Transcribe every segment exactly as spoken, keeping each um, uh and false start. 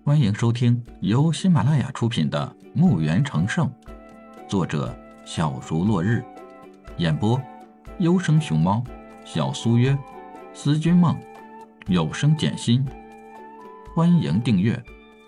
欢迎收听由喜马拉雅出品的《墓园成圣》，作者小竹落日，演播优生熊猫、小苏约、思君梦、有声简心。欢迎订阅。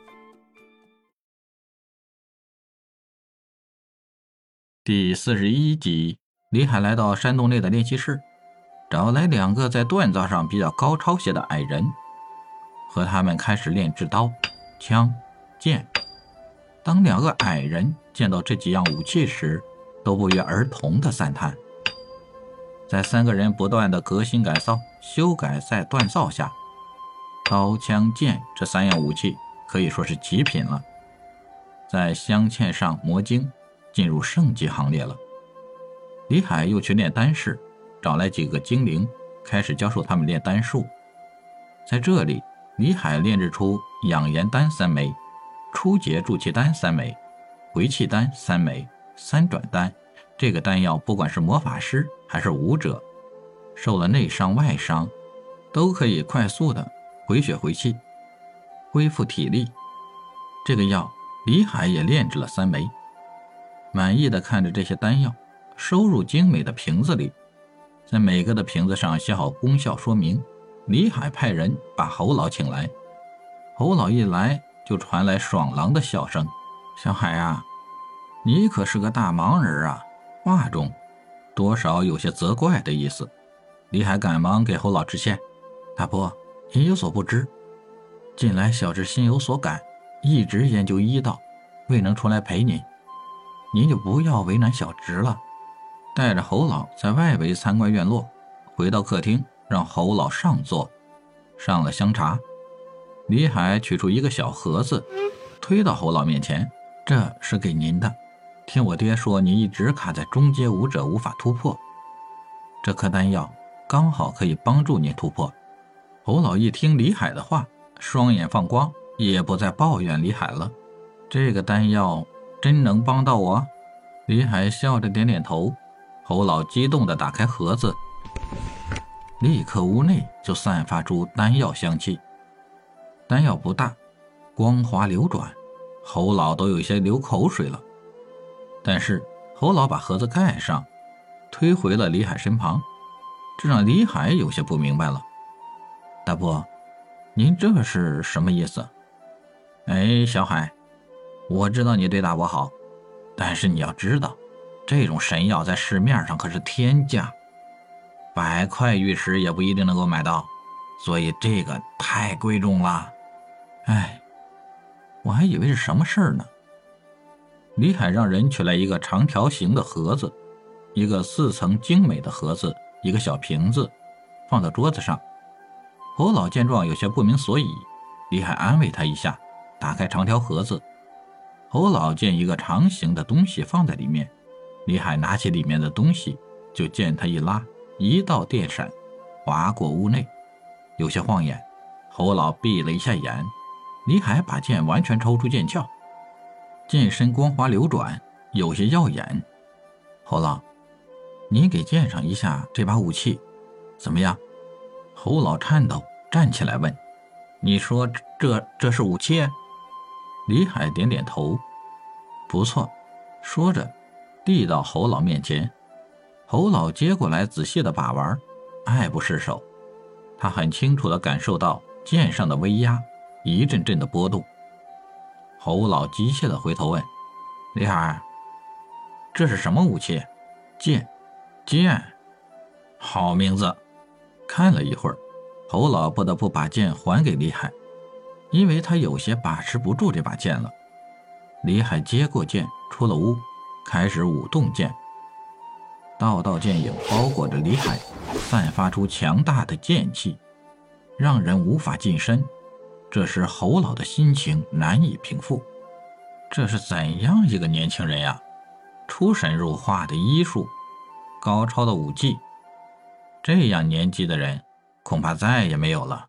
第四十一集，李海来到山洞内的练习室，找来两个在锻造上比较高超些的矮人，和他们开始练制刀、枪、剑。当两个矮人见到这几样武器时，都不约而同地赞叹。在三个人不断的革新改造、修改再锻造下，刀、枪、剑这三样武器可以说是极品了，在镶嵌上磨精，进入圣级行列了。李海又去练丹室，找来几个精灵，开始教授他们练丹术。在这里，李海炼制出养颜丹三枚、初阶助气丹三枚、回气丹三枚、三转丹。这个丹药不管是魔法师还是武者，受了内伤外伤，都可以快速的回血回气，恢复体力。这个药李海也炼制了三枚，满意的看着这些丹药收入精美的瓶子里，在每个的瓶子上写好功效说明。李海派人把侯老请来，侯老一来就传来爽朗的笑声：“小海啊，你可是个大忙人啊！”话中多少有些责怪的意思。李海赶忙给侯老致歉：“大伯，您有所不知，近来小侄心有所感，一直研究医道，未能出来陪您，您就不要为难小侄了。”带着侯老在外围参观院落，回到客厅，让侯老上座，上了香茶。李海取出一个小盒子，推到侯老面前：“这是给您的，听我爹说您一直卡在中阶武者无法突破，这颗丹药刚好可以帮助您突破。”侯老一听李海的话，双眼放光，也不再抱怨李海了。这个丹药真能帮到我？李海笑着点点头。侯老激动地打开盒子，立刻屋内就散发出丹药香气。丹药不大，光滑流转，侯老都有些流口水了。但是侯老把盒子盖上，推回了李海身旁，这让李海有些不明白了：“大伯，您这是什么意思？”“哎，小海，我知道你对大伯好，但是你要知道，这种神药在市面上可是天价，百块玉石也不一定能够买到，所以这个太贵重了。哎，我还以为是什么事儿呢。”李海让人取来一个长条形的盒子，一个四层精美的盒子，一个小瓶子，放到桌子上。侯老见状有些不明所以，李海安慰他一下，打开长条盒子。侯老见一个长形的东西放在里面，李海拿起里面的东西，就见他一拉，一道电闪划过屋内，有些晃眼。侯老闭了一下眼，李海把剑完全抽出剑鞘，剑身光滑流转，有些耀眼。“侯老，您给鉴赏一下这把武器怎么样？”侯老颤抖站起来问：“你说这这是武器？”李海点点头：“不错。”说着递到侯老面前。侯老接过来仔细的把玩，爱不释手。他很清楚地感受到剑上的威压，一阵阵的波动。侯老机械地回头问：“李海，这是什么武器？”“剑。”“剑，好名字。”看了一会儿，侯老不得不把剑还给李海，因为他有些把持不住这把剑了。李海接过剑，出了屋，开始舞动剑。道道剑影包裹着李海，散发出强大的剑气，让人无法近身。这时侯老的心情难以平复，这是怎样一个年轻人呀？出神入化的医术，高超的武技，这样年纪的人恐怕再也没有了。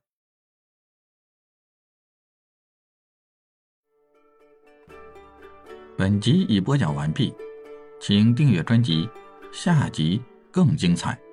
本集已播讲完毕，请订阅专辑，下集更精彩。